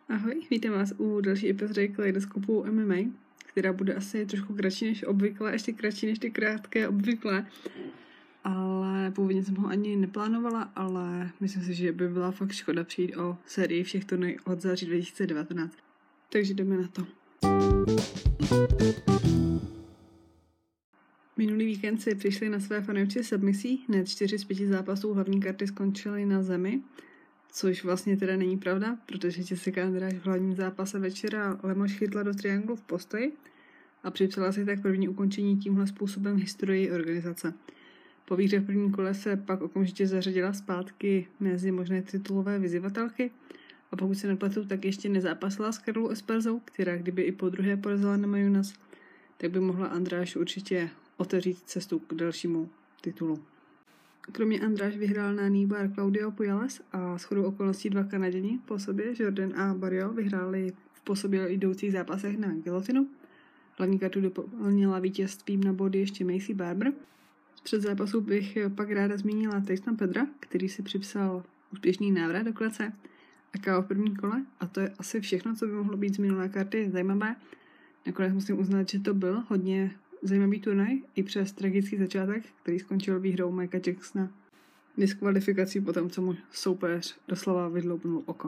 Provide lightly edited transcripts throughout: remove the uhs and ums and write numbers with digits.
Ahoj, vítám vás u další epizody Kaleidoskopu MMA, která bude asi trošku kratší než obvykle, ještě kratší než ty krátké obvykle. Ale původně jsem ho ani neplánovala, ale myslím si, že by byla fakt škoda přijít o sérii všech turnajů od září 2019. Takže jdeme na to. Minulý víkend si přišli na své fanoušky submisí, hned 4 z 5 zápasů hlavní karty skončily na zemi, což vlastně teda není pravda, protože Jessica Andrade v hlavním zápase večera Lemos chytla do trianglu v postoji a připsala si tak první ukončení tímhle způsobem historii organizace. Po výhře v prvním kole se pak okamžitě zařadila zpátky mezi možné titulové vyzývatelky a pokud se nepletu, tak ještě nezápasila s Carlou Esparzou, která kdyby i po druhé porazila na Mayunas, tak by mohla Andrade určitě otevřít cestu k dalšímu titulu. Kromě Andrade vyhrál na Níbar Claudio Puelles a shodou okolností 2 Kanaděni po sobě, Jordan a Barrio, vyhráli v po sobě jdoucích zápasech na gilotinu. Hlavní kartu doplnila vítězstvím na body ještě Macy Barber. Před zápasu bych pak ráda zmínila Tysona Pedra, který si připsal úspěšný návrat do klece a KO v prvním kole, a to je asi všechno, co by mohlo být z minulé karty zajímavé. Nakonec musím uznat, že to byl hodně zajímavý turnaj i přes tragický začátek, který skončil výhrou Mikea Jacksona diskvalifikací po tom, co mu soupeř doslova vydloubnul oko.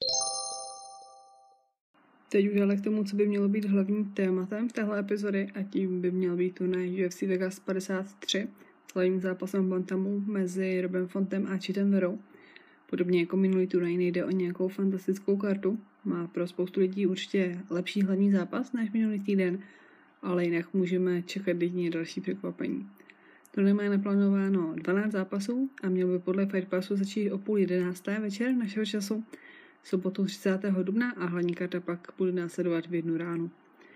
Teď už ale k tomu, co by mělo být hlavním tématem v téhle epizody, a tím by měl být turnaj UFC Vegas 53 s hlavním zápasem bantamu mezi Robem Fontem a Cheetem Verou. Podobně jako minulý turnaj nejde o nějakou fantastickou kartu, má pro spoustu lidí určitě lepší hlavní zápas než minulý týden, ale jinak můžeme čekat jedině další překvapení. Turnaj má naplánováno 12 zápasů a měl by podle Fight Passu začít o 10:30 večer našeho času, sobotu 30. dubna, a hlavní karta pak bude následovat v 1 ráno.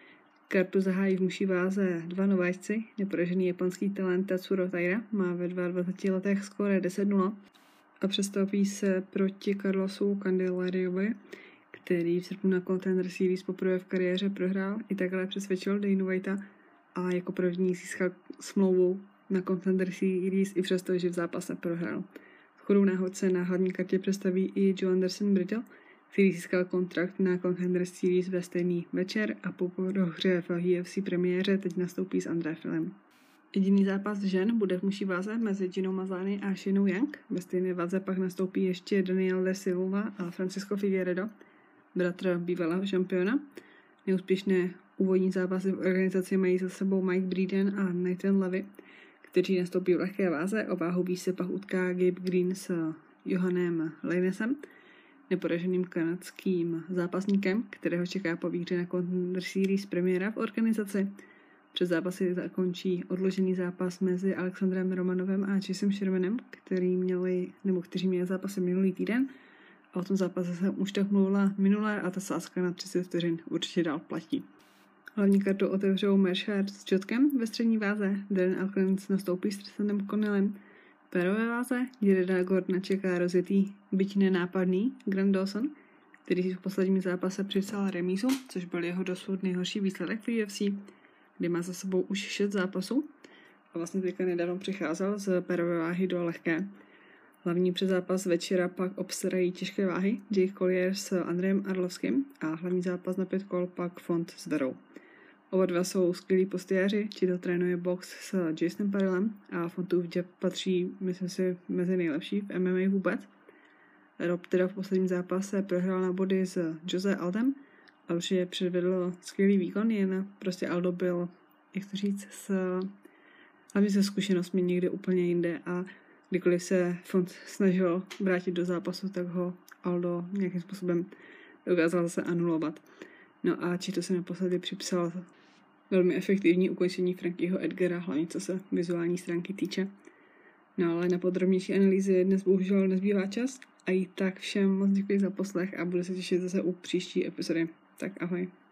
Kartu zahájí v muší váze 2 nováčci. Neporažený japonský talent Tatsuro Taira má ve 22 letech skóre 10-0 a přestoupí se proti Carlosu Candelariovi, který v srpnu na Contender Series poprvé v kariéře prohrál. I takhle přesvědčil Dana Whitea a jako první získal smlouvu na Contender Series i přesto, že v zápase prohrál. Shodou náhod se na hlavní kartě představí i Joe Anderson Brittle, který získal kontrakt na Contender Series ve stejný večer a po prohře v UFC premiéře teď nastoupí s André Filem. Jediný zápas žen bude v muší váze mezi Ginou Mazany a Shinou Yang. Ve stejné váze pak nastoupí ještě Daniel de Silva a Francisco Figueiredo, bratr bývalého šampiona. Neúspěšné úvodní zápasy v organizaci mají za sebou Mike Breeden a Nathan Levy, kteří nastoupí v lehké váze. O váhu výš se pak utká Gabe Green s Johannem Leinesem, neporaženým kanadským zápasníkem, kterého čeká po výhře na Contender Series premiéra v organizaci. Před zápasy zakončí odložený zápas mezi Alexandrem Romanovem a Chasem Shermanem, kteří měli zápasy minulý týden. A o tom zápase jsem už tak mluvila minulé a ta sázka na 30 vteřin určitě dál platí. Hlavní kartu otevřou Mershard s Jotkem ve střední váze, Darren Elkins nastoupí s Tristanem Connellem v pérové váze, Jareda Gordona čeká rozjetý, byť nenápadný Grant Dawson, který si v posledním zápase připsal remízu, což byl jeho dosud nejhorší výsledek v UFC, kdy má za sebou už 6 zápasů a vlastně teďka nedávno přicházel z pérové váhy do lehké. Hlavní předzápas večera pak obstarají těžké váhy Jake Collier s Andrejem Arlovským a hlavní zápas na 5 kol pak Font s Verou. Oba dva jsou skvělí postojáři, či to trénuje box s Jasonem Parillem a Fontův jab patří, myslím si, mezi nejlepší v MMA vůbec. Rob teda v posledním zápase prohrál na body s Jose Aldem a určitě předvedl skvělý výkon, jen prostě Aldo byl, jak to říct, hlavně se zkušenostmi někde úplně jinde a kdykoliv se Font snažil vrátit do zápasu, tak ho Aldo nějakým způsobem dokázal zase anulovat. No a Chito se naposledy připsal velmi efektivní ukončení Frankieho Edgara, hlavně co se vizuální stránky týče. No ale na podrobnější analýzy dnes bohužel nezbývá čas a i tak všem moc děkuji za poslech a budu se těšit zase u příští epizody. Tak ahoj.